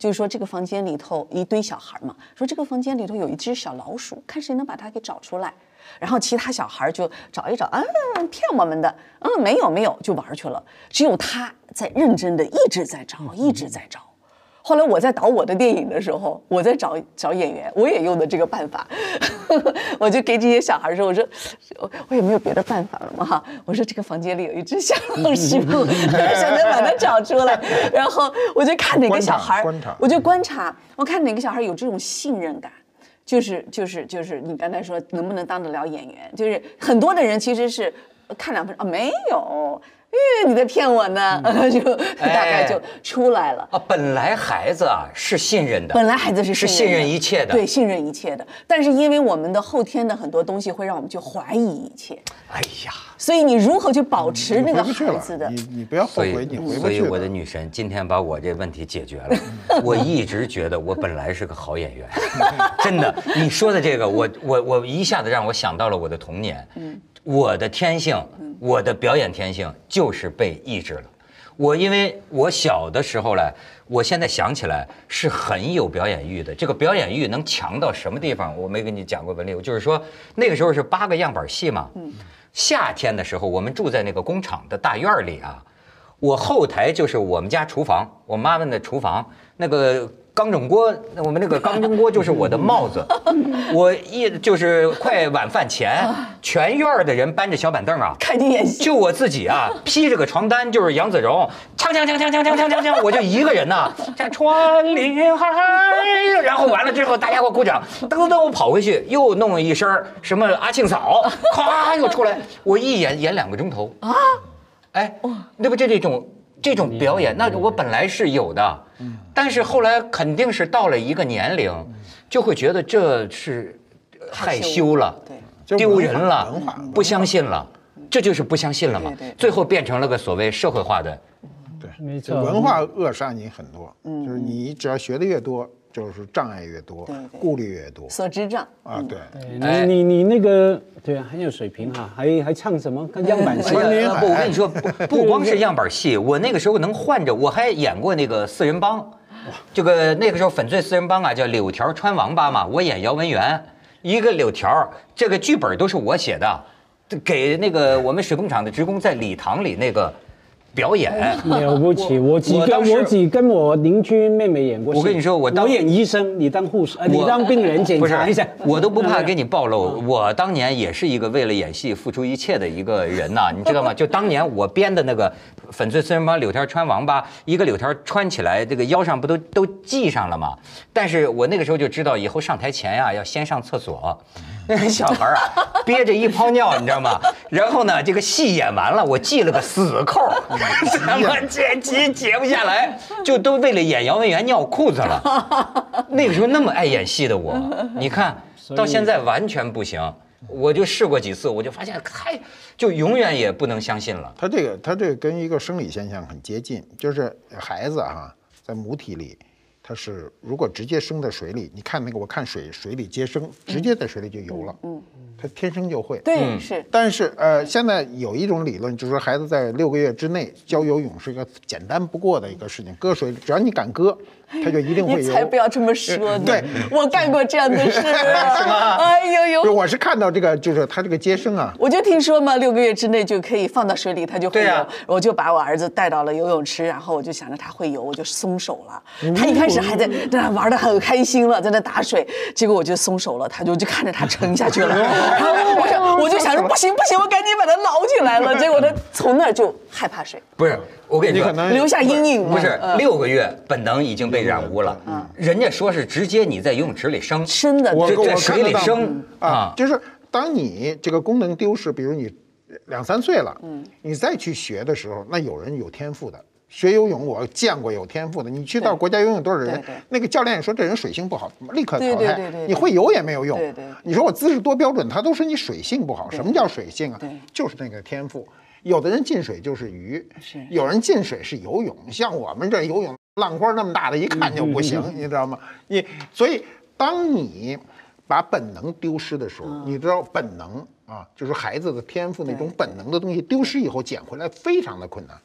就是说这个房间里头一堆小孩嘛，说这个房间里头有一只小老鼠，看谁能把它给找出来。然后其他小孩就找一找，骗我们的，没有，就玩去了。只有他在认真的一直在找，一直在找。后来我在导我的电影的时候，我在找演员，我也用的这个办法，我就给这些小孩说，我说我也没有别的办法了嘛哈，我说这个房间里有一只小老鼠，想能把它找出来，然后我就看哪个小孩，我就观察，我看哪个小孩有这种信任感。就是你刚才说能不能当得了演员？就是很多的人其实是看2分钟没有，你在骗我呢，就大概就出来了。 本来孩子啊是信任的， 本来孩子是信任一切的， 对，信任一切的。但是因为我们的后天的很多东西会让我们去怀疑一切。 哎呀， 所以你如何去保持那个孩子的？ 你不要后悔，你回不去了。 所以我的女神今天把我这问题解决了。我一直觉得我本来是个好演员，真的。你说的这个，我一下子让我想到了我的童年。我的天性，我的表演天性就是被抑制了。因为我小的时候呢，我现在想起来是很有表演欲的。这个表演欲能强到什么地方？我没跟你讲过文丽，就是说那个时候是8个样板戏嘛。夏天的时候，我们住在那个工厂的大院里啊，我后台就是我们家厨房，我妈妈的厨房，那个钢蒸锅，我们那个钢蒸锅就是我的帽子。就是快晚饭前，全院的人搬着小板凳啊， 看你演戏， 就我自己啊，披着个床单，就是杨子荣，锵，我就一个人呐，像穿林海，然后完了之后，大家给我鼓掌，噔，我跑回去又弄一身什么阿庆嫂，咵又出来，我一演2个钟头啊，哎，那不这种表演，那我本来是有的，但是后来肯定是到了一个年龄，就会觉得这是害羞了，丢人了，不相信了，这就是不相信了嘛。最后变成了个所谓社会化的， 对，没错，文化扼杀你很多，就是你只要学的越多，就是障碍越多，顾虑越多， 所知障啊，对， 你那个对啊，很有水平哈，还唱什么样板戏？ 不，我跟你说，不光是样板戏，我那个时候能换着，我还演过那个四人帮，这个那个时候粉碎四人帮啊，叫柳条穿王八嘛，我演姚文元，一个柳条，这个剧本都是我写的，给那个我们水泵厂的职工在礼堂里那个表演。 了不起，我只跟我邻居妹妹演过戏。 我跟你说，我演医生，你当护士，你当病人检查一下。 我都不怕给你暴露，我当年也是一个为了演戏付出一切的一个人呐，你知道吗？就当年我编的那个粉碎四人帮柳条穿王八，一个柳条穿起来，这个腰上不都系上了吗？但是我那个时候就知道，以后上台前呀要先上厕所。那个小孩啊，憋着一泡尿，你知道吗？然后呢，这个戏演完了，我系了个死扣，怎么解不下来，就都为了演姚文元尿裤子了。那个时候那么爱演戏的我，你看到现在完全不行。我就试过几次，我就发现就永远也不能相信了。 他这个跟一个生理现象很接近，就是孩子哈，在母体里。它是如果直接生在水里，你看那个，我看水里接生，直接在水里就游了，它天生就会。 对，是。 但是现在有一种理论，就是说孩子在6个月之内教游泳是一个简单不过的一个事情，搁水里，只要你敢搁，他就一定会游。 你才不要这么说呢！ 对， 我干过这样的事，是吗？哎呦！ 我是看到这个，就是他这个接生啊， 我就听说嘛，6个月之内就可以放到水里，他就会游。 对啊， 我就把我儿子带到了游泳池，然后我就想着他会游，我就松手了。他一开始还在那玩得很开心了，在那打水，结果我就松手了，他就看着他沉下去了。然后我就想着不行，我赶紧把他捞起来了。结果他从那就害怕水。 不是，我跟你说， 留下阴影。 不是6个月本能已经被染污了。人家说是直接你在游泳池里生的， 在水里生啊，就是当你这个功能丢失，比如你2、3岁了，你再去学的时候，那有人有天赋的。学游泳我见过有天赋的，你去到国家游泳队的人，那个教练说这人水性不好，立刻淘汰。你会游也没有用。你说我姿势多标准，他都说你水性不好。什么叫水性啊？就是那个天赋。有的人进水就是鱼，有人进水是游泳。像我们这游泳浪花那么大的，一看就不行，你知道吗？所以当你把本能丢失的时候，你知道本能啊，就是孩子的天赋那种本能的东西丢失以后，捡回来非常的困难。对。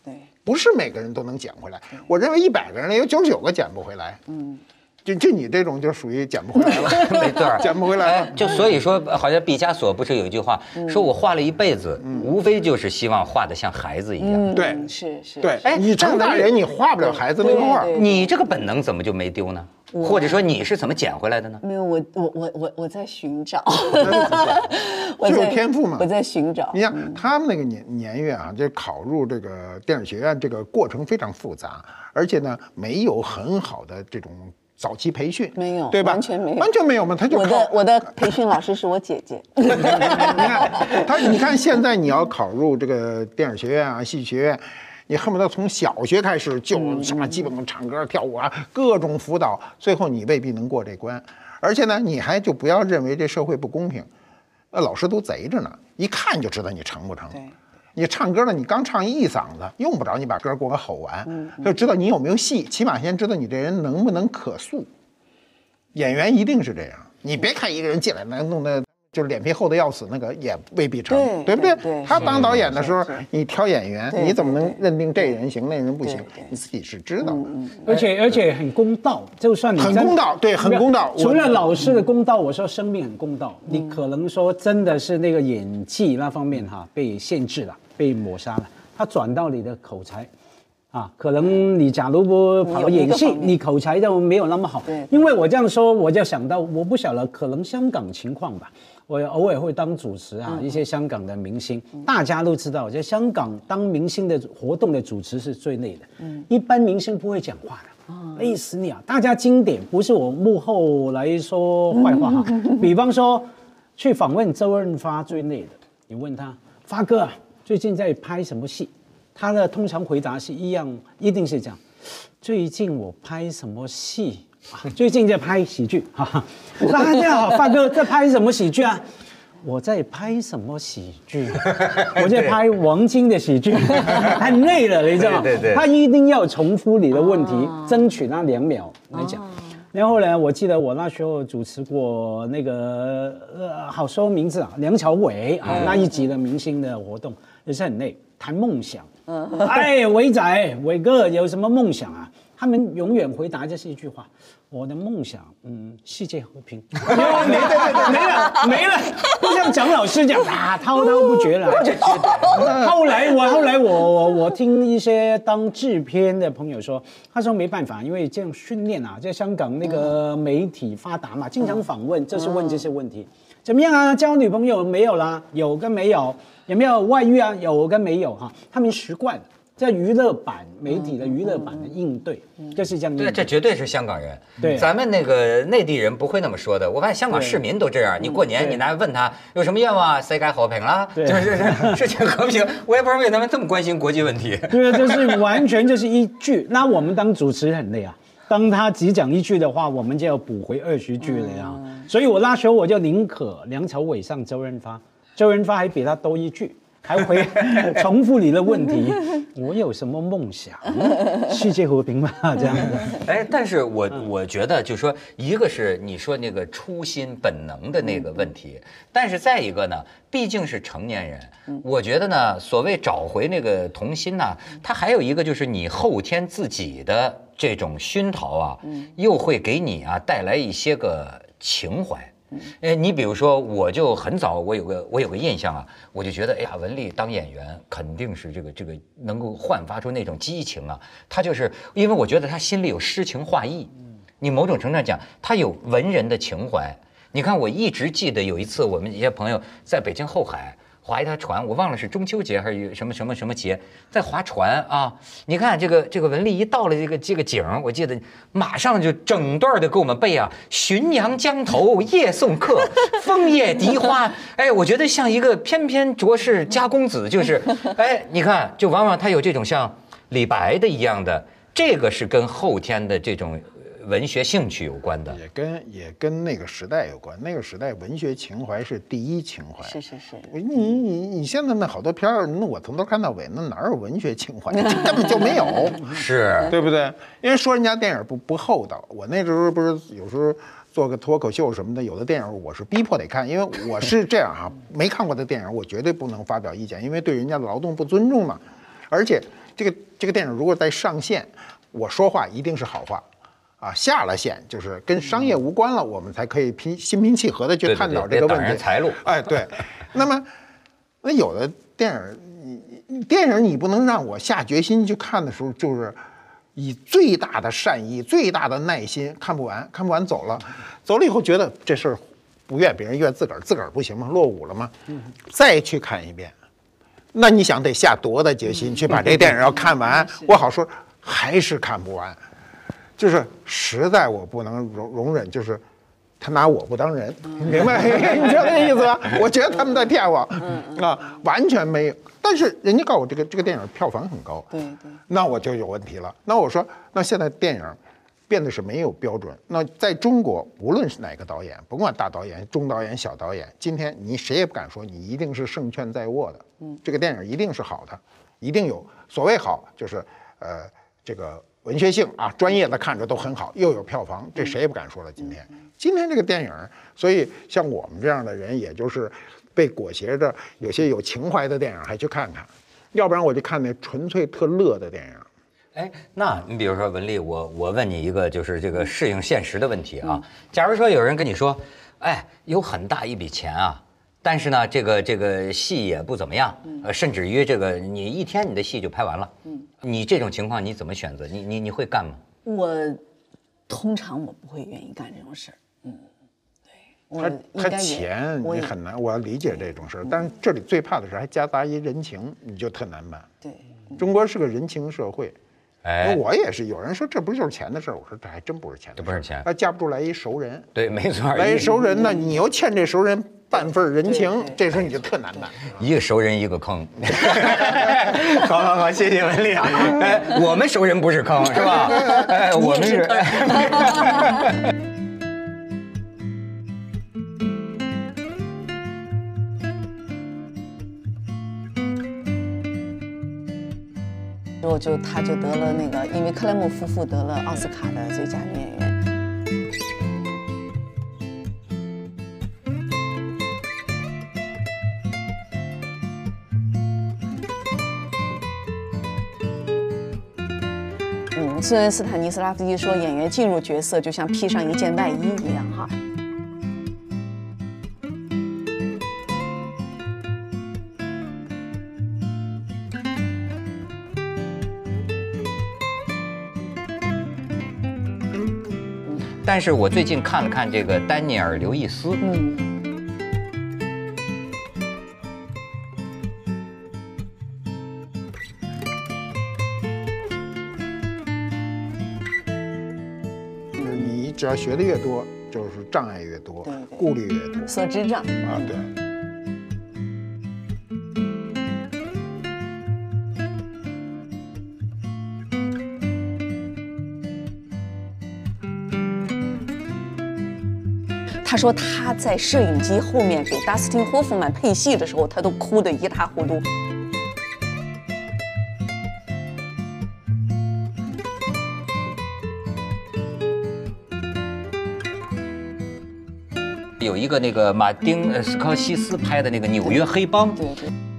不是每个人都能捡回来。我认为100个人里有99个捡不回来。就你这种就属于捡不回来了， 没错， 捡不回来了。 就所以说，好像毕加索不是有一句话，说我画了一辈子，无非就是希望画得像孩子一样。 对， 是。 对，你成大人你画不了孩子那个画， 你这个本能怎么就没丢呢？或者说你是怎么捡回来的呢？ 没有，我在寻找， 就有天赋嘛。 我在寻找。 你看他们那个年月啊，这考入这个电影学院这个过程非常复杂，而且呢没有很好的这种早期培训， 没有， 对吧？ 完全没有， 完全没有嘛。他就我的培训老师是我姐姐。 你看现在你要考入这个电影学院啊、戏剧学院。你恨不得从小学开始就什么基本功、唱歌、跳舞啊，各种辅导，最后你未必能过这关。而且呢，你还就不要认为这社会不公平，老师都贼着呢，一看就知道你成不成。你唱歌呢，你刚唱一嗓子，用不着你把歌给我吼完，就知道你有没有戏，起码先知道你这人能不能可塑。演员一定是这样，你别看一个人进来能弄得。就是脸皮厚的要死，那个也未必成，对不对？他当导演的时候，你挑演员，你怎么能认定这人行那人不行？你自己是知道的。 而且很公道，就算你很公道，对，很公道。 除了老师的公道，我说生命很公道。你可能说真的是那个演技那方面被限制了，被抹杀了，他转到你的口才。可能你假如不跑演戏，你口才就没有那么好。因为我这样说，我就想到，我不晓得可能香港情况吧。我偶尔会当主持一些香港的明星，大家都知道，在香港当明星的活动的主持是最累的。一般明星不会讲话的，累死你啊！大家经典，不是我幕后来说坏话比方说，去访问周润发最累的，你问他，发哥最近在拍什么戏？他的通常回答是一定是这样。最近我拍什么戏？最近在拍喜剧。大家好，发哥在拍什么喜剧啊？我在拍什么喜剧？我在拍王晶的喜剧，很累了，你知道吗？ 对。 他一定要重复你的问题，争取那2秒来讲。然后呢，我记得我那时候主持过那个好说名字梁朝伟那一集的明星的活动，也是很累，谈梦想。伟仔、伟哥有什么梦想啊？他们永远回答就是一句话：我的梦想，世界和平。没了，就像蒋老师讲滔滔不绝了。后来我听一些当制片的朋友说，他说没办法，因为这样训练在香港那个媒体发达嘛，经常访问，这些问题。怎么样啊？交女朋友没有啦？有跟没有？有没有外遇啊？有跟没有他们习惯在娱乐版媒体的娱乐版的应对，就是这样。 对，这绝对是香港人。 对， 咱们那个内地人不会那么说的。我发现香港市民都这样。你过年你来问他有什么愿望，世界和平啦，就是世界和平。我也不知道为他们这么关心国际问题。 对，就是完全就是一句。那我们当主持人很累啊。当他只讲一句的话，我们就要补回20句了呀。所以我那时候我就宁可梁朝伟上周润发，周润发还比他多一句，还会重复你的问题。我有什么梦想？世界和平嘛，这样的。 但是我觉得就是说，一个是你说那个初心本能的那个问题，但是再一个呢，毕竟是成年人，我觉得呢，所谓找回那个童心呢，它还有一个就是你后天自己的这种熏陶又会给你带来一些个情怀。你比如说，我就很早，我有个印象我就觉得，文丽当演员肯定是这个能够焕发出那种激情他就是因为我觉得他心里有诗情画意，你某种程度上讲，他有文人的情怀。你看，我一直记得有一次，我们一些朋友在北京后海划一条船，我忘了是中秋节还是什么节，在划船你看这个文丽一到了这个景，我记得马上就整段的给我们背浔阳江头夜送客，枫叶荻花。我觉得像一个翩翩着世家公子，就是你看，就往往他有这种像李白的一样的，这个是跟后天的这种文学兴趣有关的， 也跟那个时代有关。那个时代文学情怀是第一情怀。 是。 你现在那好多片儿，那我从头看到尾，那哪有文学情怀？根本就没有， 是对不对？因为说人家电影不厚道。我那时候不是有时候做个脱口秀什么的，有的电影我是逼迫得看，因为我是这样没看过的电影我绝对不能发表意见，因为对人家的劳动不尊重嘛。而且这个电影如果在上线，我说话一定是好话。啊，下了线就是跟商业无关了，我们才可以心平气和的去探讨这个问题。 挡人财路。 哎，对。那么，那有的电影你不能让我下决心去看的时候，就是以最大的善意、最大的耐心看不完走了以后觉得这事儿不怨别人，怨自个儿不行吗？落伍了吗？再去看一遍，那你想得下多大决心去把这电影要看完？我好说还是看不完。就是实在我不能容忍，就是他拿我不当人，明白？你知道这意思吧？我觉得他们在骗我，啊，完全没有。但是人家告诉我这个电影票房很高， 对， 那我就有问题了。那我说，那现在电影变得是没有标准。那在中国，无论是哪个导演，甭管大导演、中导演、小导演，今天你谁也不敢说你一定是胜券在握的。这个电影一定是好的，一定有所谓好，就是这个。文学性啊，专业的看着都很好，又有票房，这谁也不敢说了。今天这个电影，所以像我们这样的人，也就是被裹挟着，有些有情怀的电影还去看看，要不然我就看那纯粹特乐的电影。 哎，那你比如说文丽，我问你一个就是这个适应现实的问题啊。假如说有人跟你说，哎，有很大一笔钱啊，但是呢，这个戏也不怎么样，甚至于这个你一天你的戏就拍完了，你这种情况你怎么选择？你会干吗？ 通常我不会愿意干这种事儿，对。 他钱你很难，我要理解这种事儿，但是这里最怕的是还夹杂一人情，你就特难办。 对， 中国是个人情社会。 哎， 我也是，有人说这不就是钱的事儿，我说这还真不是钱的事儿， 这不是钱， 他架不住来一熟人。 对，没错， 来一熟人呢，你又欠这熟人半份人情，这时候你就特难办。 一个熟人一个坑。好，谢谢文丽。哎，我们熟人不是坑，是吧？哎，我们是。 他就得了那个，因为克莱姆夫妇得了奥斯卡的最佳女演员。虽然斯坦尼斯拉夫斯基说，演员进入角色就像披上一件外衣一样，哈。 但是我最近看了看这个丹尼尔·刘易斯， 你只要学的越多，就是障碍越多，顾虑越多， 所知障啊，对。 他说他在摄影机后面给达斯汀·霍夫曼配戏的时候，他都哭得一塌糊涂。 有一个那个马丁·斯科西斯拍的那个《纽约黑帮》， 对。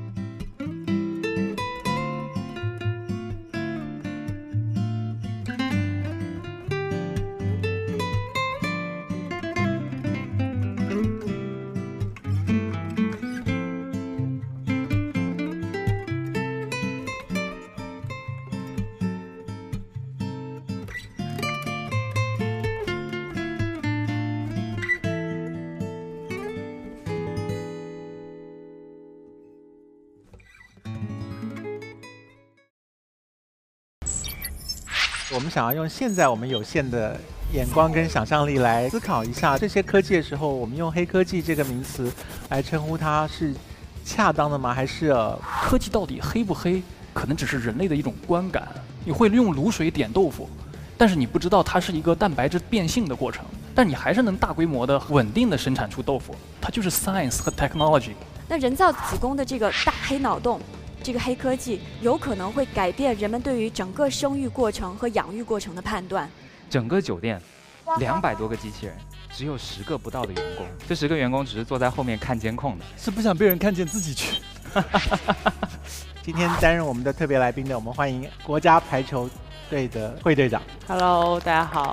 我们想要用现在我们有限的眼光跟想象力来思考一下这些科技的时候，我们用黑科技这个名词来称呼它是恰当的吗？还是科技到底黑不黑，可能只是人类的一种观感。你会用卤水点豆腐，但是你不知道它是一个蛋白质变性的过程，但你还是能大规模的稳定的生产出豆腐，它就是 science 和 technology。 那人造子宫的这个大黑脑洞，这个黑科技有可能会改变人们对于整个生育过程和养育过程的判断。 整个酒店200多个机器人，只有10个不到的员工，这10个员工只是坐在后面看监控的， 是不想被人看见自己去。 今天担任我们的特别来宾的，我们欢迎国家排球队的会队长。 Hello， 大家好。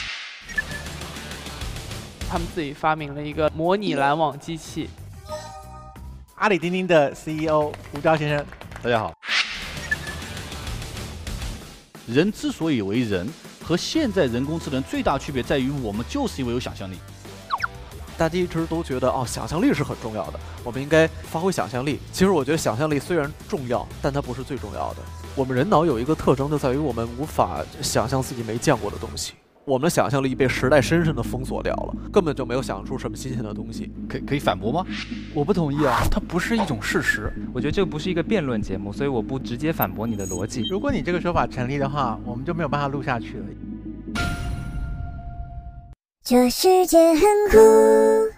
他们自己发明了一个模拟拦网机器。 阿里钉钉的 CEO 吴钊先生， 大家好。人之所以为人，和现在人工智能最大区别在于，我们就是因为有想象力。 大家一直都觉得想象力是很重要的，我们应该发挥想象力。其实我觉得想象力虽然重要，但它不是最重要的。我们人脑有一个特征，就在于我们无法想象自己没见过的东西。我们的想象力被时代深深地封锁掉了，根本就没有想出什么新鲜的东西。 可以反驳吗？ 我不同意啊， 它不是一种事实。 我觉得这不是一个辩论节目，所以我不直接反驳你的逻辑。 如果你这个说法成立的话，我们就没有办法录下去了。 这世界很酷。